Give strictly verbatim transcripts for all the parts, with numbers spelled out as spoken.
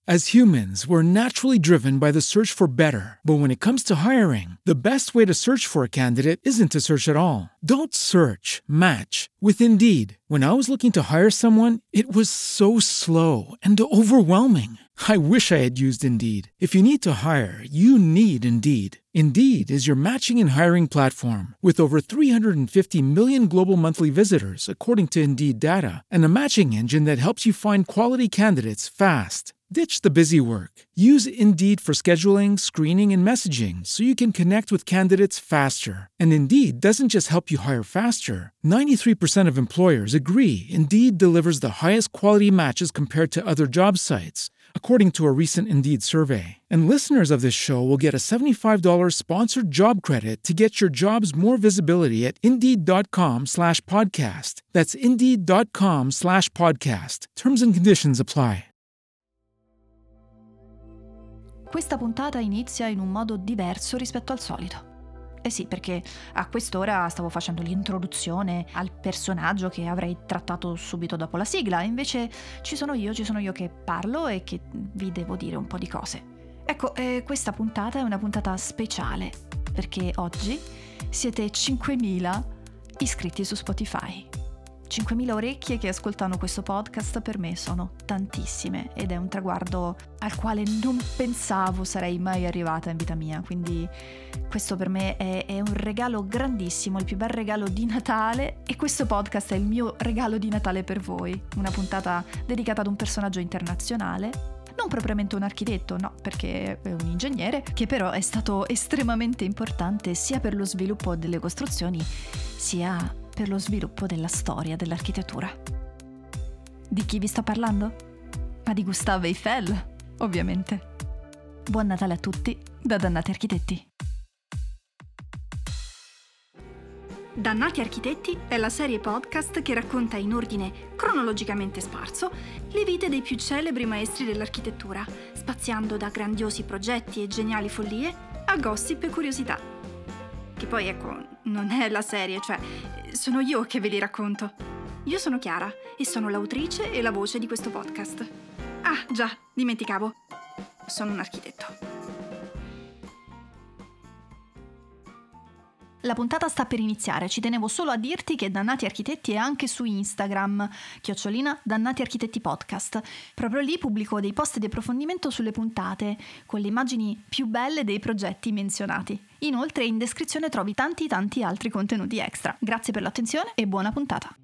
As humans, we're naturally driven by the search for better. But when it comes to hiring, the best way to search for a candidate isn't to search at all. Don't search, match with Indeed. When I was looking to hire someone, it was so slow and overwhelming. I wish I had used Indeed. If you need to hire, you need Indeed. Indeed is your matching and hiring platform with over three hundred fifty million global monthly visitors, according to Indeed data, and a matching engine that helps you find quality candidates fast. Ditch the busy work. Use Indeed for scheduling, screening, and messaging so you can connect with candidates faster. And Indeed doesn't just help you hire faster. ninety-three percent of employers agree Indeed delivers the highest quality matches compared to other job sites, according to a recent Indeed survey. And listeners of this show will get a seventy-five dollars sponsored job credit to get your jobs more visibility at Indeed.com slash podcast. That's Indeed.com slash podcast. Terms and conditions apply. Questa puntata inizia in un modo diverso rispetto al solito. Eh sì, perché a quest'ora stavo facendo l'introduzione al personaggio che avrei trattato subito dopo la sigla, invece ci sono io, ci sono io che parlo e che vi devo dire un po' di cose. Ecco, eh, questa puntata è una puntata speciale, perché oggi siete cinquemila iscritti su Spotify. cinquemila orecchie che ascoltano questo podcast per me sono tantissime ed è un traguardo al quale non pensavo sarei mai arrivata in vita mia, quindi questo per me è, è un regalo grandissimo, il più bel regalo di Natale, e questo podcast è il mio regalo di Natale per voi, una puntata dedicata ad un personaggio internazionale, non propriamente un architetto, no, perché è un ingegnere, che però è stato estremamente importante sia per lo sviluppo delle costruzioni sia per lo sviluppo della storia dell'architettura. Di chi vi sto parlando? Ma di Gustave Eiffel, ovviamente. Buon Natale a tutti da Dannati Architetti. Dannati Architetti è la serie podcast che racconta in ordine cronologicamente sparso le vite dei più celebri maestri dell'architettura, spaziando da grandiosi progetti e geniali follie a gossip e curiosità. Che poi, ecco, non è la serie, cioè sono io che ve li racconto. Io sono Chiara e sono l'autrice e la voce di questo podcast. Ah, già, dimenticavo. Sono un architetto. La puntata sta per iniziare, ci tenevo solo a dirti che Dannati Architetti è anche su Instagram, chiocciolina Dannati Architetti Podcast. Proprio lì pubblico dei post di approfondimento sulle puntate, con le immagini più belle dei progetti menzionati. Inoltre in descrizione trovi tanti tanti altri contenuti extra. Grazie per l'attenzione e buona puntata.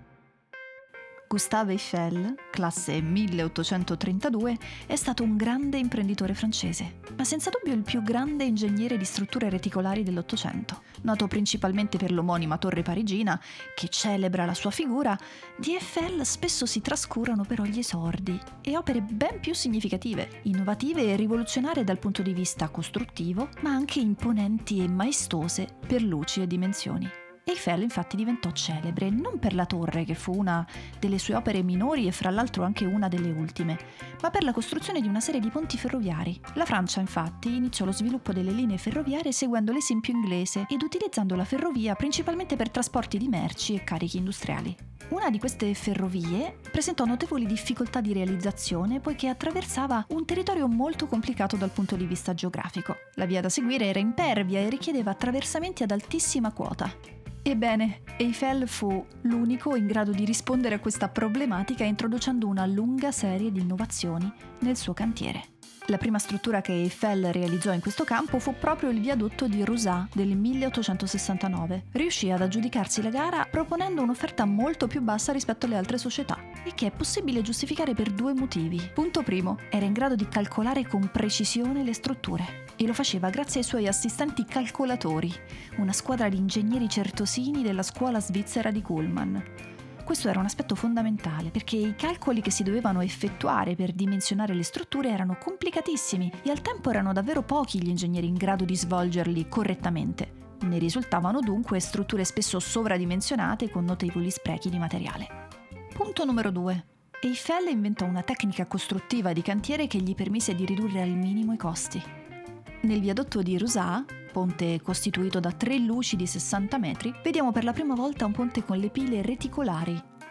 Gustave Eiffel, classe milleottocentotrentadue, è stato un grande imprenditore francese, ma senza dubbio il più grande ingegnere di strutture reticolari dell'Ottocento. Noto principalmente per l'omonima torre parigina, che celebra la sua figura, di Eiffel spesso si trascurano però gli esordi e opere ben più significative, innovative e rivoluzionarie dal punto di vista costruttivo, ma anche imponenti e maestose per luci e dimensioni. Eiffel infatti diventò celebre non per la torre, che fu una delle sue opere minori e fra l'altro anche una delle ultime, ma per la costruzione di una serie di ponti ferroviari. La Francia infatti iniziò lo sviluppo delle linee ferroviarie seguendo l'esempio inglese ed utilizzando la ferrovia principalmente per trasporti di merci e carichi industriali. Una di queste ferrovie presentò notevoli difficoltà di realizzazione poiché attraversava un territorio molto complicato dal punto di vista geografico. La via da seguire era impervia e richiedeva attraversamenti ad altissima quota. Ebbene, Eiffel fu l'unico in grado di rispondere a questa problematica introducendo una lunga serie di innovazioni nel suo cantiere. La prima struttura che Eiffel realizzò in questo campo fu proprio il viadotto di Rusà del milleottocentosessantanove. Riuscì ad aggiudicarsi la gara proponendo un'offerta molto più bassa rispetto alle altre società, il che è possibile giustificare per due motivi. Punto primo, era in grado di calcolare con precisione le strutture e lo faceva grazie ai suoi assistenti calcolatori, una squadra di ingegneri certosini della scuola svizzera di Kuhlmann. Questo era un aspetto fondamentale perché i calcoli che si dovevano effettuare per dimensionare le strutture erano complicatissimi e al tempo erano davvero pochi gli ingegneri in grado di svolgerli correttamente. Ne risultavano dunque strutture spesso sovradimensionate con notevoli sprechi di materiale. Punto numero due. Eiffel inventò una tecnica costruttiva di cantiere che gli permise di ridurre al minimo i costi. Nel viadotto di Rusà, ponte costituito da tre luci di sessanta metri, vediamo per la prima volta un ponte con le pile reticolari.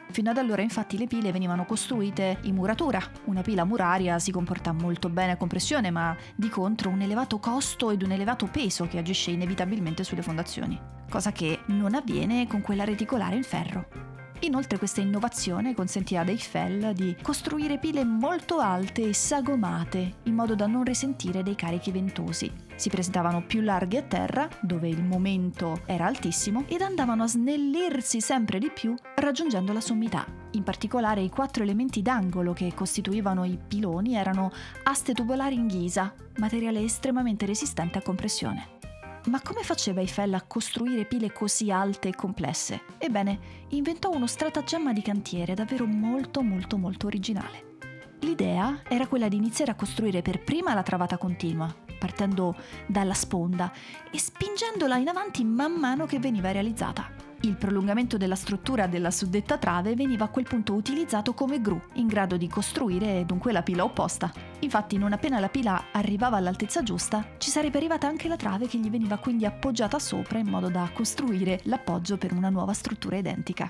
Fino ad allora infatti le pile venivano costruite in muratura. Una pila muraria si comporta molto bene a compressione, ma di contro un elevato costo ed un elevato peso che agisce inevitabilmente sulle fondazioni, cosa che non avviene con quella reticolare in ferro. Inoltre questa innovazione consentiva ad Eiffel di costruire pile molto alte e sagomate in modo da non risentire dei carichi ventosi. Si presentavano più larghe a terra, dove il momento era altissimo, ed andavano a snellirsi sempre di più raggiungendo la sommità. In particolare i quattro elementi d'angolo che costituivano i piloni erano aste tubolari in ghisa, materiale estremamente resistente a compressione. Ma come faceva Eiffel a costruire pile così alte e complesse? Ebbene, inventò uno stratagemma di cantiere davvero molto molto molto originale. L'idea era quella di iniziare a costruire per prima la travata continua, partendo dalla sponda e spingendola in avanti man mano che veniva realizzata. Il prolungamento della struttura della suddetta trave veniva a quel punto utilizzato come gru, in grado di costruire dunque la pila opposta. Infatti, non appena la pila arrivava all'altezza giusta, ci sarebbe arrivata anche la trave che gli veniva quindi appoggiata sopra in modo da costruire l'appoggio per una nuova struttura identica.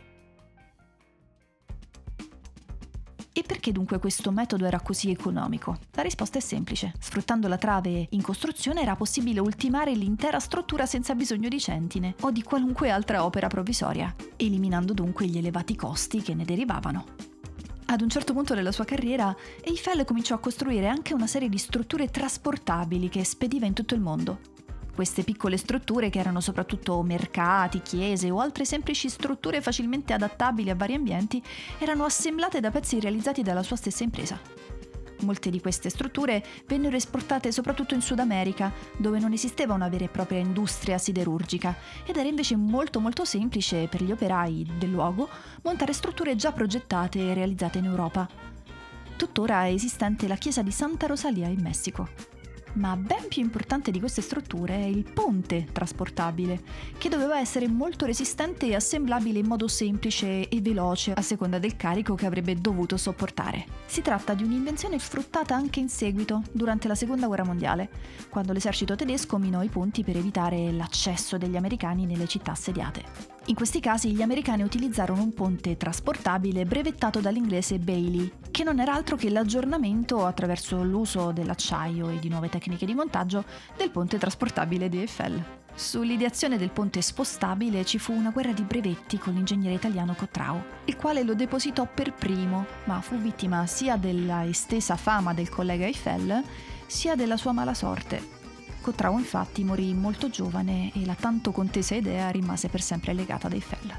E perché dunque questo metodo era così economico? La risposta è semplice. Sfruttando la trave in costruzione era possibile ultimare l'intera struttura senza bisogno di centine o di qualunque altra opera provvisoria, eliminando dunque gli elevati costi che ne derivavano. Ad un certo punto della sua carriera, Eiffel cominciò a costruire anche una serie di strutture trasportabili che spediva in tutto il mondo. Queste piccole strutture, che erano soprattutto mercati, chiese o altre semplici strutture facilmente adattabili a vari ambienti, erano assemblate da pezzi realizzati dalla sua stessa impresa. Molte di queste strutture vennero esportate soprattutto in Sud America, dove non esisteva una vera e propria industria siderurgica, ed era invece molto molto semplice per gli operai del luogo montare strutture già progettate e realizzate in Europa. Tuttora è esistente la chiesa di Santa Rosalia in Messico. Ma ben più importante di queste strutture è il ponte trasportabile, che doveva essere molto resistente e assemblabile in modo semplice e veloce a seconda del carico che avrebbe dovuto sopportare. Si tratta di un'invenzione sfruttata anche in seguito, durante la Seconda Guerra Mondiale, quando l'esercito tedesco minò i ponti per evitare l'accesso degli americani nelle città assediate. In questi casi gli americani utilizzarono un ponte trasportabile brevettato dall'inglese Bailey, che non era altro che l'aggiornamento, attraverso l'uso dell'acciaio e di nuove tecniche di montaggio, del ponte trasportabile di Eiffel. Sull'ideazione del ponte spostabile ci fu una guerra di brevetti con l'ingegnere italiano Cottrau, il quale lo depositò per primo, ma fu vittima sia della estesa fama del collega Eiffel, sia della sua mala sorte. Cottrau infatti morì molto giovane e la tanto contesa idea rimase per sempre legata ad Eiffel.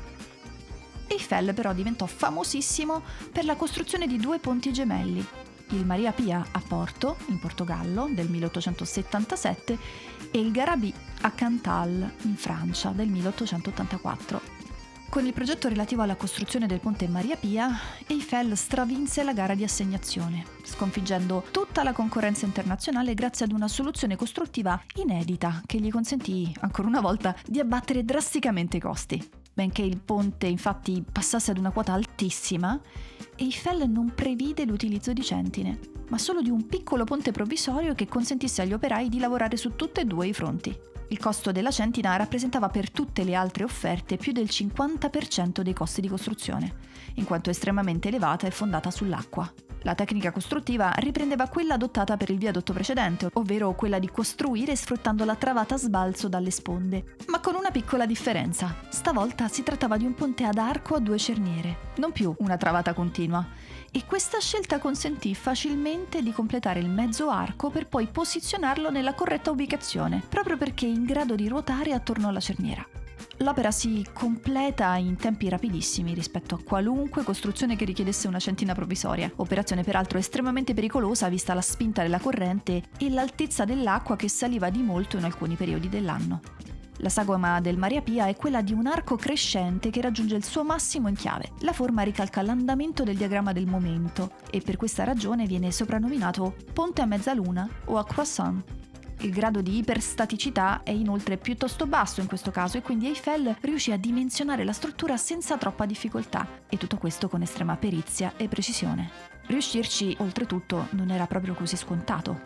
Eiffel però diventò famosissimo per la costruzione di due ponti gemelli, il Maria Pia a Porto, in Portogallo, del milleottocentosettantasette, e il Garabì a Cantal, in Francia, del milleottocentottantaquattro. Con il progetto relativo alla costruzione del ponte Maria Pia, Eiffel stravinse la gara di assegnazione, sconfiggendo tutta la concorrenza internazionale grazie ad una soluzione costruttiva inedita che gli consentì, ancora una volta, di abbattere drasticamente i costi. Benché il ponte infatti passasse ad una quota altissima, Eiffel non previde l'utilizzo di centine, ma solo di un piccolo ponte provvisorio che consentisse agli operai di lavorare su tutti e due i fronti. Il costo della centina rappresentava per tutte le altre offerte più del cinquanta per cento dei costi di costruzione, in quanto estremamente elevata e fondata sull'acqua. La tecnica costruttiva riprendeva quella adottata per il viadotto precedente, ovvero quella di costruire sfruttando la travata a sbalzo dalle sponde, ma con una piccola differenza. Stavolta si trattava di un ponte ad arco a due cerniere, non più una travata continua, e questa scelta consentì facilmente di completare il mezzo arco per poi posizionarlo nella corretta ubicazione, proprio perché in grado di ruotare attorno alla cerniera. L'opera si completa in tempi rapidissimi rispetto a qualunque costruzione che richiedesse una centina provvisoria, operazione peraltro estremamente pericolosa vista la spinta della corrente e l'altezza dell'acqua che saliva di molto in alcuni periodi dell'anno. La sagoma del Maria Pia è quella di un arco crescente che raggiunge il suo massimo in chiave. La forma ricalca l'andamento del diagramma del momento e per questa ragione viene soprannominato ponte a mezzaluna o a croissant. Il grado di iperstaticità è inoltre piuttosto basso in questo caso e quindi Eiffel riuscì a dimensionare la struttura senza troppa difficoltà, e tutto questo con estrema perizia e precisione. Riuscirci, oltretutto, non era proprio così scontato.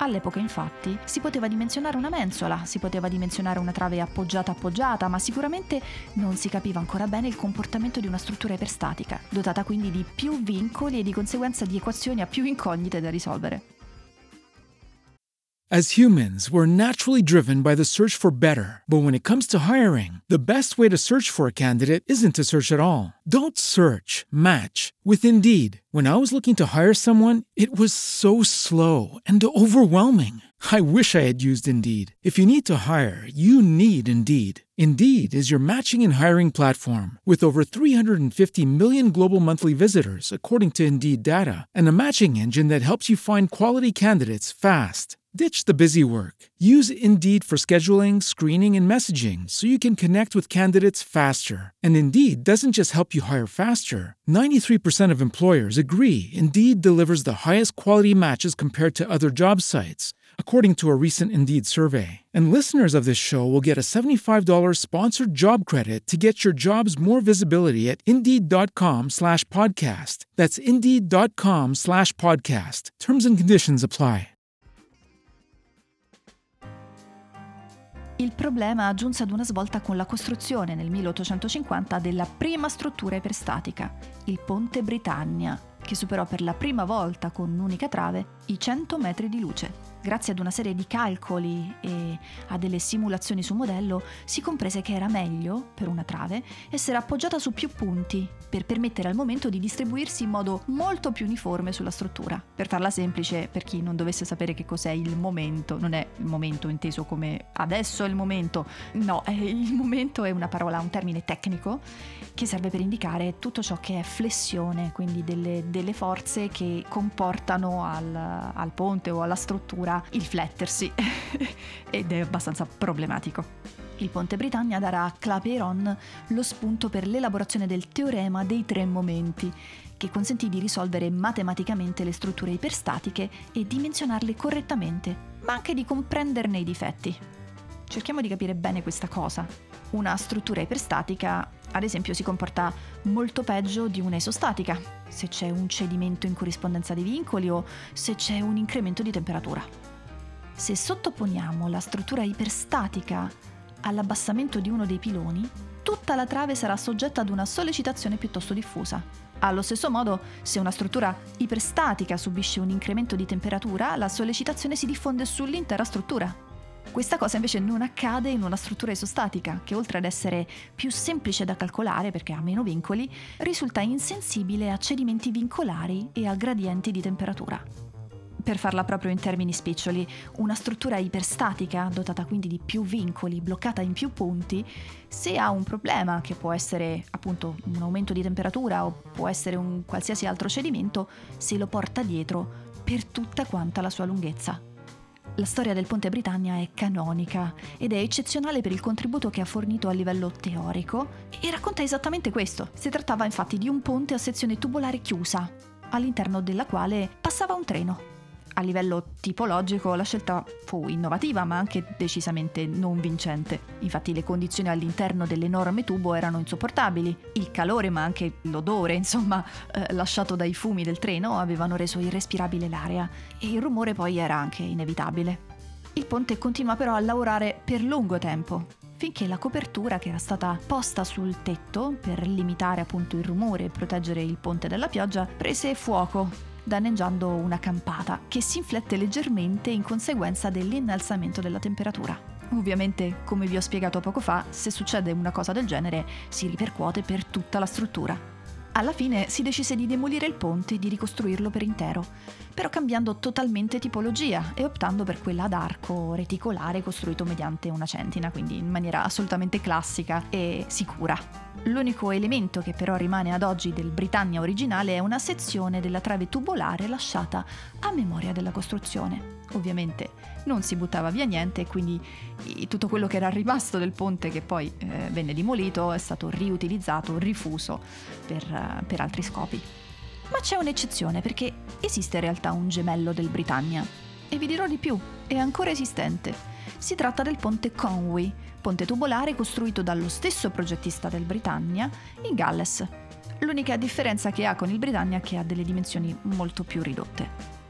All'epoca, infatti, si poteva dimensionare una mensola, si poteva dimensionare una trave appoggiata appoggiata, ma sicuramente non si capiva ancora bene il comportamento di una struttura iperstatica, dotata quindi di più vincoli e di conseguenza di equazioni a più incognite da risolvere. As humans, we're naturally driven by the search for better. But when it comes to hiring, the best way to search for a candidate isn't to search at all. Don't search, match with Indeed. When I was looking to hire someone, it was so slow and overwhelming. I wish I had used Indeed. If you need to hire, you need Indeed. Indeed is your matching and hiring platform with over three hundred fifty million global monthly visitors, according to Indeed data, and a matching engine that helps you find quality candidates fast. Ditch the busy work. Use Indeed for scheduling, screening, and messaging so you can connect with candidates faster. And Indeed doesn't just help you hire faster. ninety-three percent of employers agree Indeed delivers the highest quality matches compared to other job sites, according to a recent Indeed survey. And listeners of this show will get a seventy-five dollars sponsored job credit to get your jobs more visibility at Indeed.com slash podcast. That's Indeed.com slash podcast. Terms and conditions apply. Il problema giunse ad una svolta con la costruzione nel milleottocentocinquanta della prima struttura iperstatica, il Ponte Britannia, che superò per la prima volta con un'unica trave i cento metri di luce. Grazie ad una serie di calcoli e a delle simulazioni su modello, si comprese che era meglio, per una trave, essere appoggiata su più punti per permettere al momento di distribuirsi in modo molto più uniforme sulla struttura. Per farla semplice, per chi non dovesse sapere che cos'è il momento, non è il momento inteso come adesso è il momento, no, il momento è una parola, un termine tecnico che serve per indicare tutto ciò che è flessione, quindi delle, delle forze che comportano al, al ponte o alla struttura il flettersi ed è abbastanza problematico. Il Ponte Britannia darà a Clapeyron lo spunto per l'elaborazione del teorema dei tre momenti, che consentì di risolvere matematicamente le strutture iperstatiche e dimensionarle correttamente, ma anche di comprenderne i difetti. Cerchiamo di capire bene questa cosa. Una struttura iperstatica, ad esempio, si comporta molto peggio di una isostatica, se c'è un cedimento in corrispondenza dei vincoli o se c'è un incremento di temperatura. Se sottoponiamo la struttura iperstatica all'abbassamento di uno dei piloni, tutta la trave sarà soggetta ad una sollecitazione piuttosto diffusa. Allo stesso modo, se una struttura iperstatica subisce un incremento di temperatura, la sollecitazione si diffonde sull'intera struttura. Questa cosa invece non accade in una struttura isostatica, che oltre ad essere più semplice da calcolare perché ha meno vincoli, risulta insensibile a cedimenti vincolari e a gradienti di temperatura. Per farla proprio in termini spiccioli, una struttura iperstatica, dotata quindi di più vincoli, bloccata in più punti, se ha un problema, che può essere appunto un aumento di temperatura o può essere un qualsiasi altro cedimento, se lo porta dietro per tutta quanta la sua lunghezza. La storia del Ponte Britannia è canonica ed è eccezionale per il contributo che ha fornito a livello teorico e racconta esattamente questo. Si trattava infatti di un ponte a sezione tubolare chiusa, all'interno della quale passava un treno. A livello tipologico la scelta fu innovativa ma anche decisamente non vincente. Infatti le condizioni all'interno dell'enorme tubo erano insopportabili. Il calore ma anche l'odore, insomma, eh, lasciato dai fumi del treno avevano reso irrespirabile l'area e il rumore poi era anche inevitabile. Il ponte continua però a lavorare per lungo tempo, finché la copertura che era stata posta sul tetto per limitare appunto il rumore e proteggere il ponte dalla pioggia prese fuoco, danneggiando una campata che si inflette leggermente in conseguenza dell'innalzamento della temperatura. Ovviamente, come vi ho spiegato poco fa, se succede una cosa del genere si ripercuote per tutta la struttura. Alla fine si decise di demolire il ponte e di ricostruirlo per intero, però cambiando totalmente tipologia e optando per quella ad arco reticolare costruito mediante una centina, quindi in maniera assolutamente classica e sicura. L'unico elemento che però rimane ad oggi del Britannia originale è una sezione della trave tubolare lasciata a memoria della costruzione. Ovviamente non si buttava via niente e quindi tutto quello che era rimasto del ponte, che poi eh, venne demolito, è stato riutilizzato, rifuso per, uh, per altri scopi. Ma c'è un'eccezione, perché esiste in realtà un gemello del Britannia. E vi dirò di più, è ancora esistente. Si tratta del ponte Conwy, ponte tubolare costruito dallo stesso progettista del Britannia in Galles. L'unica differenza che ha con il Britannia è che ha delle dimensioni molto più ridotte.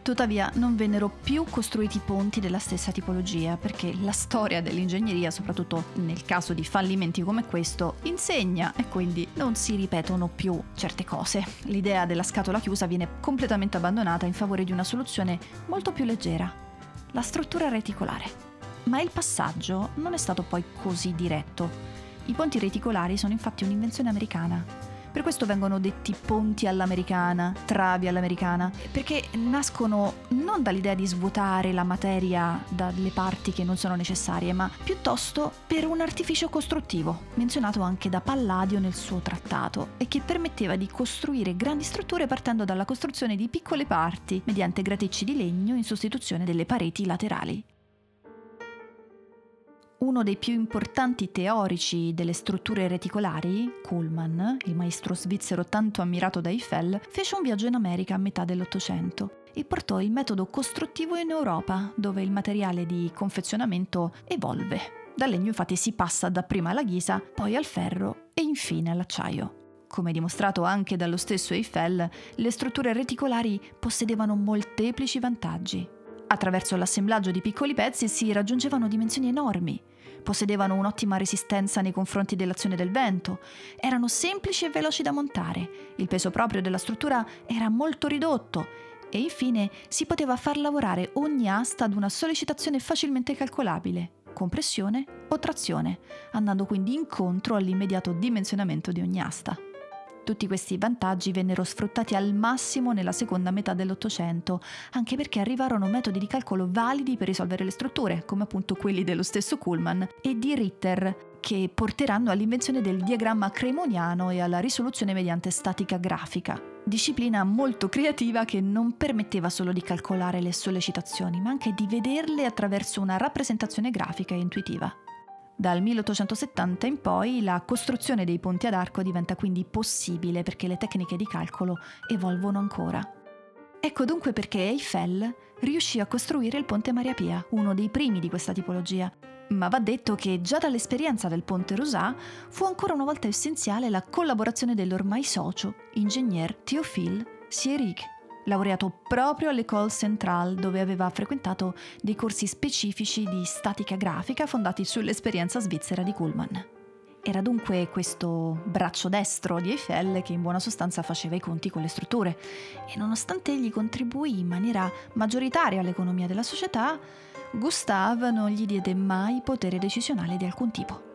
Tuttavia non vennero più costruiti ponti della stessa tipologia, perché la storia dell'ingegneria, soprattutto nel caso di fallimenti come questo, insegna e quindi non si ripetono più certe cose. L'idea della scatola chiusa viene completamente abbandonata in favore di una soluzione molto più leggera, la struttura reticolare. Ma il passaggio non è stato poi così diretto. I ponti reticolari sono infatti un'invenzione americana. Per questo vengono detti ponti all'americana, travi all'americana, perché nascono non dall'idea di svuotare la materia dalle parti che non sono necessarie, ma piuttosto per un artificio costruttivo, menzionato anche da Palladio nel suo trattato, e che permetteva di costruire grandi strutture partendo dalla costruzione di piccole parti mediante graticci di legno in sostituzione delle pareti laterali. Uno dei più importanti teorici delle strutture reticolari, Kuhlmann, il maestro svizzero tanto ammirato da Eiffel, fece un viaggio in America a metà dell'Ottocento e portò il metodo costruttivo in Europa, dove il materiale di confezionamento evolve. Dal legno infatti si passa dapprima alla ghisa, poi al ferro e infine all'acciaio. Come dimostrato anche dallo stesso Eiffel, le strutture reticolari possedevano molteplici vantaggi. Attraverso l'assemblaggio di piccoli pezzi si raggiungevano dimensioni enormi, possedevano un'ottima resistenza nei confronti dell'azione del vento, erano semplici e veloci da montare, il peso proprio della struttura era molto ridotto e infine si poteva far lavorare ogni asta ad una sollecitazione facilmente calcolabile, compressione o trazione, andando quindi incontro all'immediato dimensionamento di ogni asta. Tutti questi vantaggi vennero sfruttati al massimo nella seconda metà dell'Ottocento, anche perché arrivarono metodi di calcolo validi per risolvere le strutture, come appunto quelli dello stesso Kuhlmann e di Ritter, che porteranno all'invenzione del diagramma cremoniano e alla risoluzione mediante statica grafica, disciplina molto creativa che non permetteva solo di calcolare le sollecitazioni, ma anche di vederle attraverso una rappresentazione grafica e intuitiva. Dal milleottocentosettanta in poi la costruzione dei ponti ad arco diventa quindi possibile perché le tecniche di calcolo evolvono ancora. Ecco dunque perché Eiffel riuscì a costruire il ponte Maria Pia, uno dei primi di questa tipologia. Ma va detto che già dall'esperienza del ponte Rosat fu ancora una volta essenziale la collaborazione dell'ormai socio, ingegner Théophile Sieyrig, laureato proprio all'École Centrale, dove aveva frequentato dei corsi specifici di statica grafica fondati sull'esperienza svizzera di Kuhlmann. Era dunque questo braccio destro di Eiffel che in buona sostanza faceva i conti con le strutture e nonostante egli contribuì in maniera maggioritaria all'economia della società, Gustave non gli diede mai potere decisionale di alcun tipo.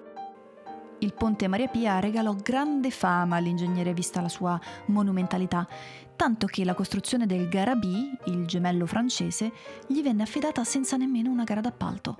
Il ponte Maria Pia regalò grande fama all'ingegnere vista la sua monumentalità, tanto che la costruzione del Garabì, il gemello francese, gli venne affidata senza nemmeno una gara d'appalto.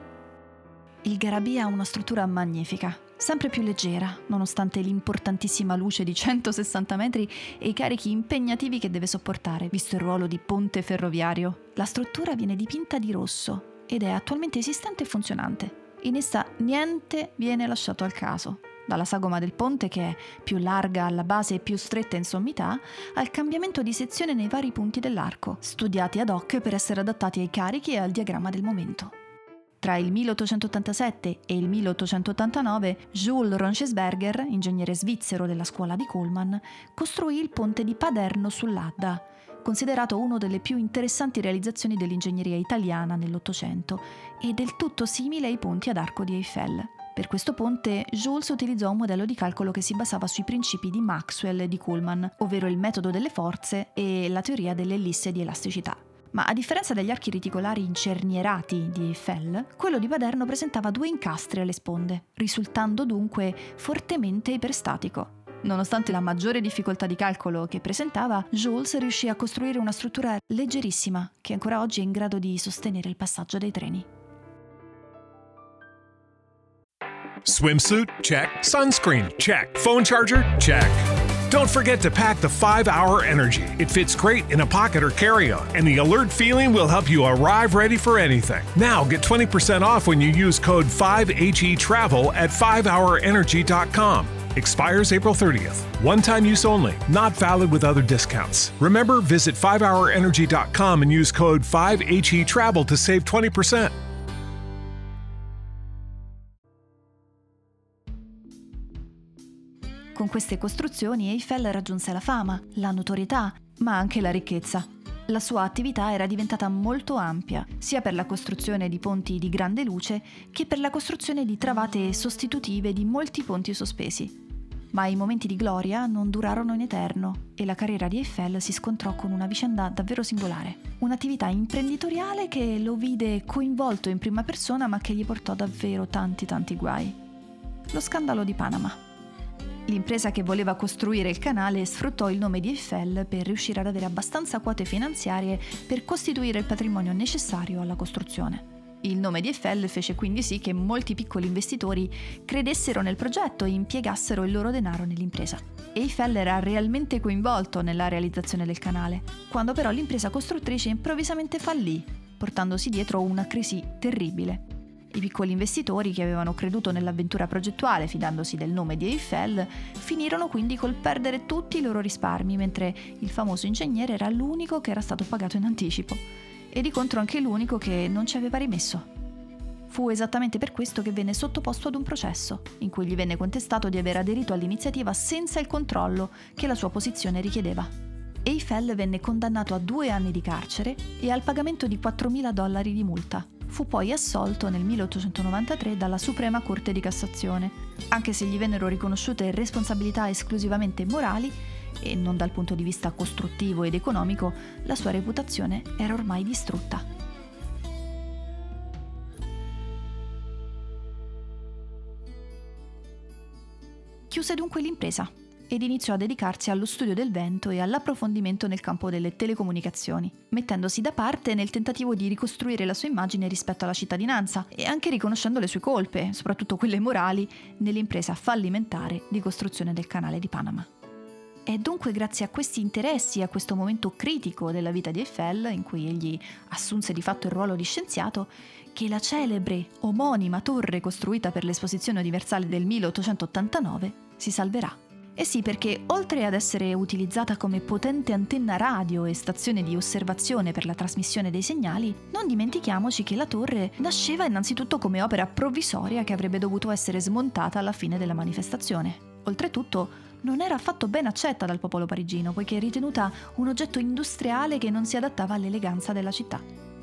Il Garabì ha una struttura magnifica, sempre più leggera, nonostante l'importantissima luce di centosessanta metri e i carichi impegnativi che deve sopportare, visto il ruolo di ponte ferroviario. La struttura viene dipinta di rosso ed è attualmente esistente e funzionante. In essa niente viene lasciato al caso, dalla sagoma del ponte che è più larga alla base e più stretta in sommità, al cambiamento di sezione nei vari punti dell'arco, studiati ad hoc per essere adattati ai carichi e al diagramma del momento. Tra il milleottocentottantasette e il milleottocentottantanove, Jules Roncesberger, ingegnere svizzero della scuola di Kuhlmann, costruì il ponte di Paderno sull'Adda, considerato una delle più interessanti realizzazioni dell'ingegneria italiana nell'Ottocento e del tutto simile ai ponti ad arco di Eiffel. Per questo ponte Jules utilizzò un modello di calcolo che si basava sui principi di Maxwell e di Kuhlmann, ovvero il metodo delle forze e la teoria dell'ellisse di elasticità. Ma a differenza degli archi reticolari incernierati di Eiffel, quello di Paderno presentava due incastri alle sponde, risultando dunque fortemente iperstatico. Nonostante la maggiore difficoltà di calcolo che presentava, Jules riuscì a costruire una struttura leggerissima che ancora oggi è in grado di sostenere il passaggio dei treni. Swimsuit? Check. Sunscreen? Check. Phone charger? Check. Don't forget to pack the five hour Energy. It fits great in a pocket or carry-on, and the alert feeling will help you arrive ready for anything. Now get twenty percent off when you use code five H E travel at five hour energy dot com. Expires April thirtieth. One-time use only. Not valid with other discounts. Remember, visit five hour energy dot com and use code five H E travel to save twenty percent. Con queste costruzioni Eiffel raggiunse la fama, la notorietà, ma anche la ricchezza. La sua attività era diventata molto ampia, sia per la costruzione di ponti di grande luce che per la costruzione di travate sostitutive di molti ponti sospesi. Ma i momenti di gloria non durarono in eterno e la carriera di Eiffel si scontrò con una vicenda davvero singolare. Un'attività imprenditoriale che lo vide coinvolto in prima persona ma che gli portò davvero tanti tanti guai. Lo scandalo di Panama. L'impresa che voleva costruire il canale sfruttò il nome di Eiffel per riuscire ad avere abbastanza quote finanziarie per costituire il patrimonio necessario alla costruzione. Il nome di Eiffel fece quindi sì che molti piccoli investitori credessero nel progetto e impiegassero il loro denaro nell'impresa. Eiffel era realmente coinvolto nella realizzazione del canale, quando però l'impresa costruttrice improvvisamente fallì, portandosi dietro una crisi terribile. I piccoli investitori che avevano creduto nell'avventura progettuale fidandosi del nome di Eiffel finirono quindi col perdere tutti i loro risparmi, mentre il famoso ingegnere era l'unico che era stato pagato in anticipo. E di contro anche l'unico che non ci aveva rimesso. Fu esattamente per questo che venne sottoposto ad un processo, in cui gli venne contestato di aver aderito all'iniziativa senza il controllo che la sua posizione richiedeva. Eiffel venne condannato a due anni di carcere e al pagamento di quattromila dollari di multa. Fu poi assolto nel milleottocentonovantatré dalla Suprema Corte di Cassazione, anche se gli vennero riconosciute responsabilità esclusivamente morali e non dal punto di vista costruttivo ed economico, la sua reputazione era ormai distrutta. Chiuse dunque l'impresa ed iniziò a dedicarsi allo studio del vento e all'approfondimento nel campo delle telecomunicazioni, mettendosi da parte nel tentativo di ricostruire la sua immagine rispetto alla cittadinanza e anche riconoscendo le sue colpe, soprattutto quelle morali, nell'impresa fallimentare di costruzione del canale di Panama. È dunque grazie a questi interessi, a questo momento critico della vita di Eiffel, in cui egli assunse di fatto il ruolo di scienziato, che la celebre omonima torre costruita per l'Esposizione Universale del milleottocentottantanove si salverà. E sì, perché oltre ad essere utilizzata come potente antenna radio e stazione di osservazione per la trasmissione dei segnali, non dimentichiamoci che la torre nasceva innanzitutto come opera provvisoria che avrebbe dovuto essere smontata alla fine della manifestazione. Oltretutto, non era affatto ben accetta dal popolo parigino, poiché ritenuta un oggetto industriale che non si adattava all'eleganza della città.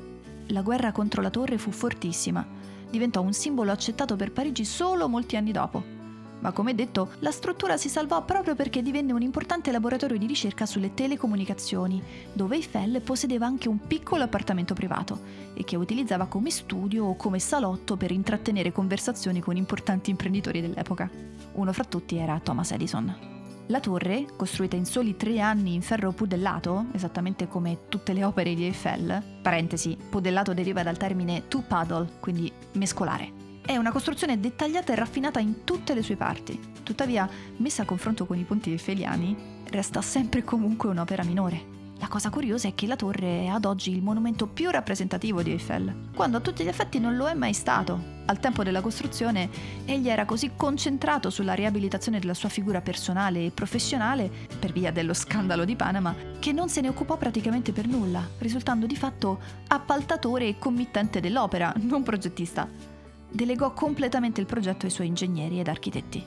La guerra contro la torre fu fortissima, diventò un simbolo accettato per Parigi solo molti anni dopo. Ma come detto, la struttura si salvò proprio perché divenne un importante laboratorio di ricerca sulle telecomunicazioni, dove Eiffel possedeva anche un piccolo appartamento privato e che utilizzava come studio o come salotto per intrattenere conversazioni con importanti imprenditori dell'epoca. Uno fra tutti era Thomas Edison. La torre, costruita in soli tre anni in ferro pudellato, esattamente come tutte le opere di Eiffel, parentesi, pudellato deriva dal termine to puddle, quindi mescolare, è una costruzione dettagliata e raffinata in tutte le sue parti. Tuttavia, messa a confronto con i ponti eiffeliani, resta sempre e comunque un'opera minore. La cosa curiosa è che la torre è ad oggi il monumento più rappresentativo di Eiffel, quando a tutti gli effetti non lo è mai stato. Al tempo della costruzione, egli era così concentrato sulla riabilitazione della sua figura personale e professionale, per via dello scandalo di Panama, che non se ne occupò praticamente per nulla, risultando di fatto appaltatore e committente dell'opera, non progettista. Delegò completamente il progetto ai suoi ingegneri ed architetti.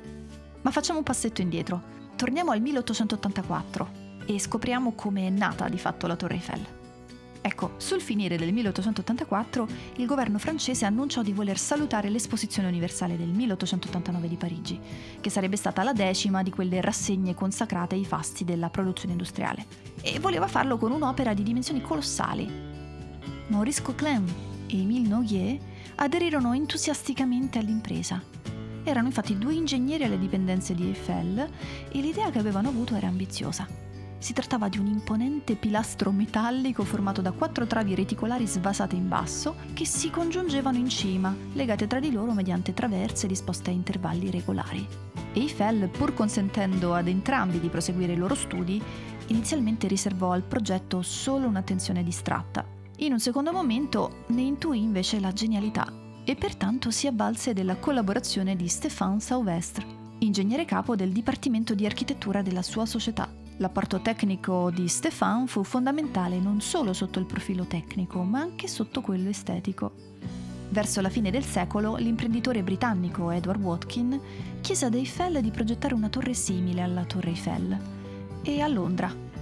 Ma facciamo un passetto indietro. Torniamo al milleottocentottantaquattro e scopriamo come è nata di fatto la Torre Eiffel. Ecco, sul finire del milleottocentottantaquattro il governo francese annunciò di voler salutare l'Esposizione Universale del milleottocentottantanove di Parigi, che sarebbe stata la decima di quelle rassegne consacrate ai fasti della produzione industriale, e voleva farlo con un'opera di dimensioni colossali. Maurice Coquelin e Émile Nouguier aderirono entusiasticamente all'impresa. Erano infatti due ingegneri alle dipendenze di Eiffel e l'idea che avevano avuto era ambiziosa. Si trattava di un imponente pilastro metallico formato da quattro travi reticolari svasate in basso che si congiungevano in cima, legate tra di loro mediante traverse disposte a intervalli regolari. Eiffel, pur consentendo ad entrambi di proseguire i loro studi, inizialmente riservò al progetto solo un'attenzione distratta. In un secondo momento ne intuì invece la genialità e pertanto si avvalse della collaborazione di Stéphane Sauvestre, ingegnere capo del Dipartimento di Architettura della sua società. L'apporto tecnico di Stéphane fu fondamentale non solo sotto il profilo tecnico, ma anche sotto quello estetico. Verso la fine del secolo, l'imprenditore britannico Edward Watkin chiese ad Eiffel di progettare una torre simile alla Torre Eiffel. E a Londra,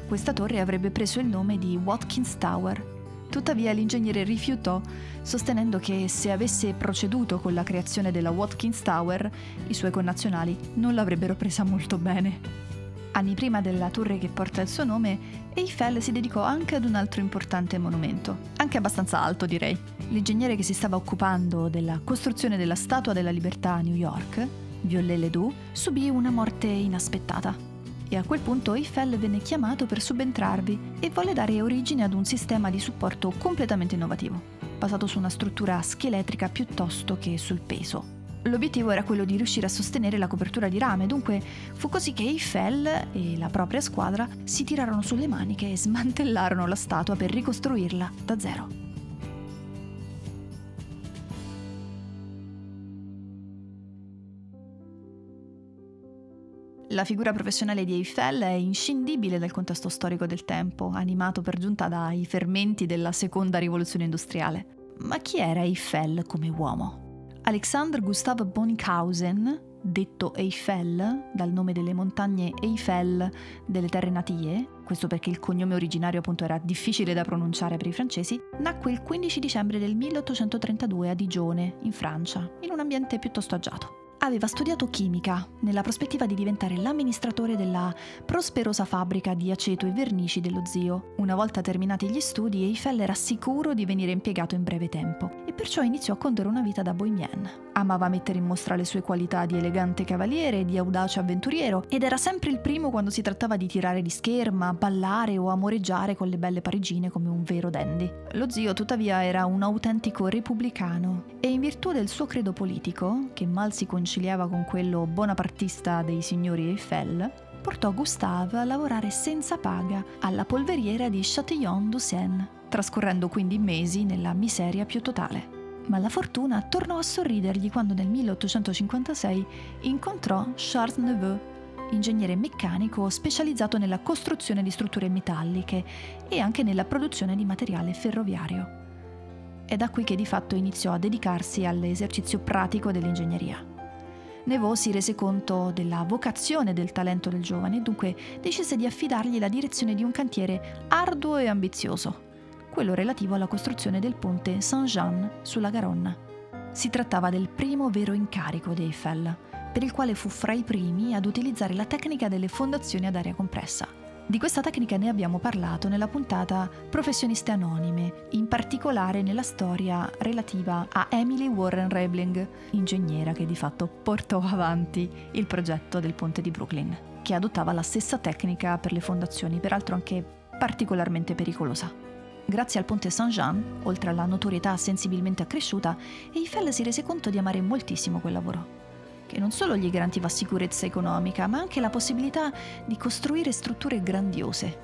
Questa torre avrebbe preso il nome di Watkins Tower. Tuttavia l'ingegnere rifiutò, sostenendo che se avesse proceduto con la creazione della Watkins Tower, i suoi connazionali non l'avrebbero presa molto bene. Anni prima della torre che porta il suo nome, Eiffel si dedicò anche ad un altro importante monumento, anche abbastanza alto direi. L'ingegnere che si stava occupando della costruzione della Statua della Libertà a New York, Viollet-le-Duc, subì una morte inaspettata. E a quel punto Eiffel venne chiamato per subentrarvi e volle dare origine ad un sistema di supporto completamente innovativo, basato su una struttura scheletrica piuttosto che sul peso. L'obiettivo era quello di riuscire a sostenere la copertura di rame, dunque fu così che Eiffel e la propria squadra si tirarono sulle maniche e smantellarono la statua per ricostruirla da zero. La figura professionale di Eiffel è inscindibile dal contesto storico del tempo, animato per giunta dai fermenti della seconda rivoluzione industriale. Ma chi era Eiffel come uomo? Alexandre Gustave Bonnickhausen, detto Eiffel, dal nome delle montagne Eiffel delle terre natie, questo perché il cognome originario appunto era difficile da pronunciare per i francesi, nacque il quindici dicembre del milleottocentotrentadue a Digione, in Francia, in un ambiente piuttosto agiato. Aveva studiato chimica, nella prospettiva di diventare l'amministratore della prosperosa fabbrica di aceto e vernici dello zio. Una volta terminati gli studi, Eiffel era sicuro di venire impiegato in breve tempo e perciò iniziò a condurre una vita da bohemian. Amava mettere in mostra le sue qualità di elegante cavaliere e di audace avventuriero ed era sempre il primo quando si trattava di tirare di scherma, ballare o amoreggiare con le belle parigine come un vero dandy. Lo zio, tuttavia, era un autentico repubblicano e in virtù del suo credo politico, che mal si conciliava con quello bonapartista dei signori Eiffel, portò Gustave a lavorare senza paga alla polveriera di Châtillon-du-Seine, trascorrendo quindi mesi nella miseria più totale. Ma la fortuna tornò a sorridergli quando nel milleottocentocinquantasei incontrò Charles Neveu, ingegnere meccanico specializzato nella costruzione di strutture metalliche e anche nella produzione di materiale ferroviario. È da qui che di fatto iniziò a dedicarsi all'esercizio pratico dell'ingegneria. Neveu si rese conto della vocazione e del talento del giovane e dunque decise di affidargli la direzione di un cantiere arduo e ambizioso, quello relativo alla costruzione del ponte Saint-Jean sulla Garonna. Si trattava del primo vero incarico di Eiffel, per il quale fu fra i primi ad utilizzare la tecnica delle fondazioni ad aria compressa. Di questa tecnica ne abbiamo parlato nella puntata Professioniste Anonime, in particolare nella storia relativa a Emily Warren Roebling, ingegnera che di fatto portò avanti il progetto del ponte di Brooklyn, che adottava la stessa tecnica per le fondazioni, peraltro anche particolarmente pericolosa. Grazie al ponte Saint-Jean, oltre alla notorietà sensibilmente accresciuta, Eiffel si rese conto di amare moltissimo quel lavoro, che non solo gli garantiva sicurezza economica, ma anche la possibilità di costruire strutture grandiose.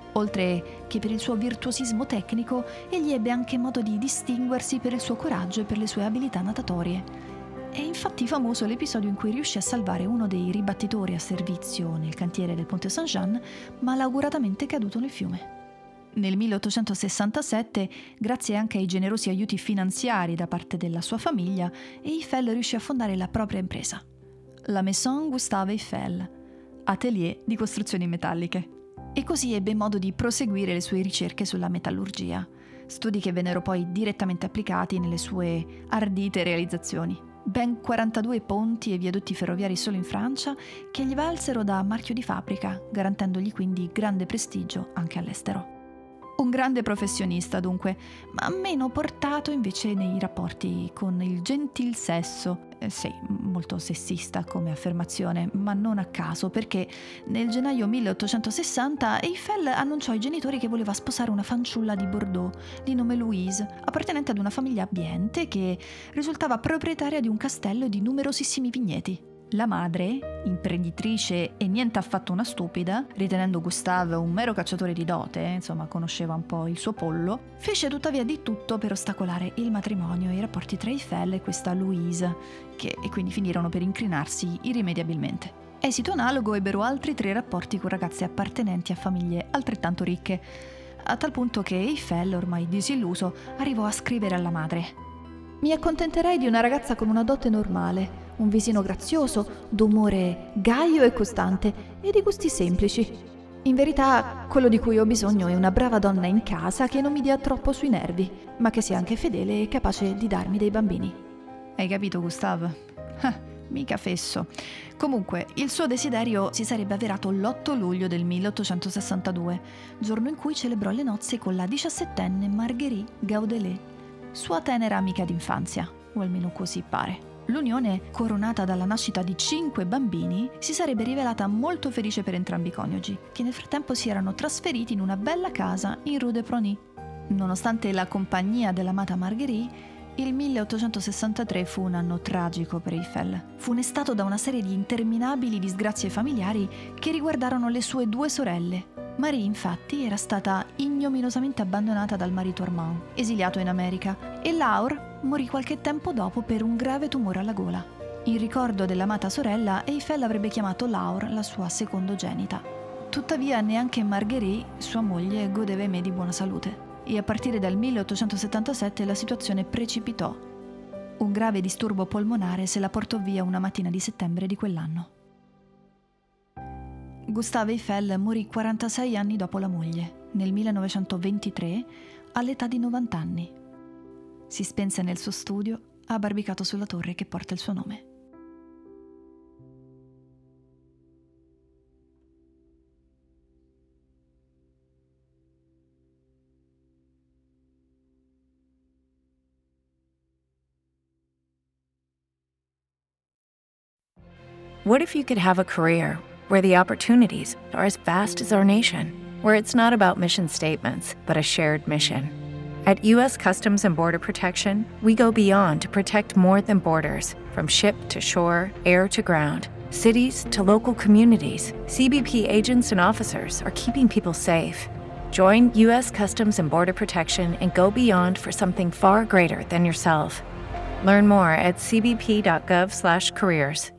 Oltre che per il suo virtuosismo tecnico, egli ebbe anche modo di distinguersi per il suo coraggio e per le sue abilità natatorie. È infatti famoso l'episodio in cui riuscì a salvare uno dei ribattitori a servizio nel cantiere del ponte Saint-Jean, malauguratamente caduto nel fiume. Nel milleottocentosessantasette, grazie anche ai generosi aiuti finanziari da parte della sua famiglia, Eiffel riuscì a fondare la propria impresa, la Maison Gustave Eiffel, atelier di costruzioni metalliche. E così ebbe modo di proseguire le sue ricerche sulla metallurgia, studi che vennero poi direttamente applicati nelle sue ardite realizzazioni. Ben quarantadue ponti e viadotti ferroviari solo in Francia, che gli valsero da marchio di fabbrica, garantendogli quindi grande prestigio anche all'estero. Un grande professionista dunque, ma meno portato invece nei rapporti con il gentil sesso. Eh, sì, molto sessista come affermazione, ma non a caso, perché nel gennaio milleottocentosessanta Eiffel annunciò ai genitori che voleva sposare una fanciulla di Bordeaux, di nome Louise, appartenente ad una famiglia abbiente che risultava proprietaria di un castello e di numerosissimi vigneti. La madre, imprenditrice e niente affatto una stupida, ritenendo Gustave un mero cacciatore di dote, insomma conosceva un po' il suo pollo, fece tuttavia di tutto per ostacolare il matrimonio e i rapporti tra Eiffel e questa Louise, che e quindi finirono per incrinarsi irrimediabilmente. Esito analogo ebbero altri tre rapporti con ragazze appartenenti a famiglie altrettanto ricche, a tal punto che Eiffel, ormai disilluso, arrivò a scrivere alla madre: «Mi accontenterei di una ragazza con una dote normale, un visino grazioso, d'umore gaio e costante e di gusti semplici. In verità, quello di cui ho bisogno è una brava donna in casa che non mi dia troppo sui nervi, ma che sia anche fedele e capace di darmi dei bambini. Hai capito, Gustav? Ah, mica fesso. Comunque, il suo desiderio si sarebbe avverato l'otto luglio del milleottocentosessantadue, giorno in cui celebrò le nozze con la diciassettenne Marguerite Gaudelet, sua tenera amica d'infanzia, o almeno così pare. L'unione, coronata dalla nascita di cinque bambini, si sarebbe rivelata molto felice per entrambi i coniugi, che nel frattempo si erano trasferiti in una bella casa in Rue de Prony. Nonostante la compagnia dell'amata Marguerite, il milleottocentosessantatré fu un anno tragico per Eiffel, funestato da una serie di interminabili disgrazie familiari che riguardarono le sue due sorelle. Marie, infatti, era stata ignominiosamente abbandonata dal marito Armand, esiliato in America, e Laure morì qualche tempo dopo per un grave tumore alla gola. In ricordo dell'amata sorella, Eiffel avrebbe chiamato Laure la sua secondogenita. Tuttavia, neanche Marguerite, sua moglie, godeva mai di buona salute. E a partire dal milleottocentosettantasette la situazione precipitò. Un grave disturbo polmonare se la portò via una mattina di settembre di quell'anno. Gustave Eiffel morì quarantasei anni dopo la moglie, nel millenovecentoventitré, all'età di novanta anni. Si spense nel suo studio, abbarbicato sulla torre che porta il suo nome. What if you could have a career where the opportunities are as vast as our nation, where it's not about mission statements, but a shared mission? At U S Customs and Border Protection, we go beyond to protect more than borders, from ship to shore, air to ground, cities to local communities. C B P agents and officers are keeping people safe. Join U S Customs and Border Protection and go beyond for something far greater than yourself. Learn more at c b p dot gov slash careers.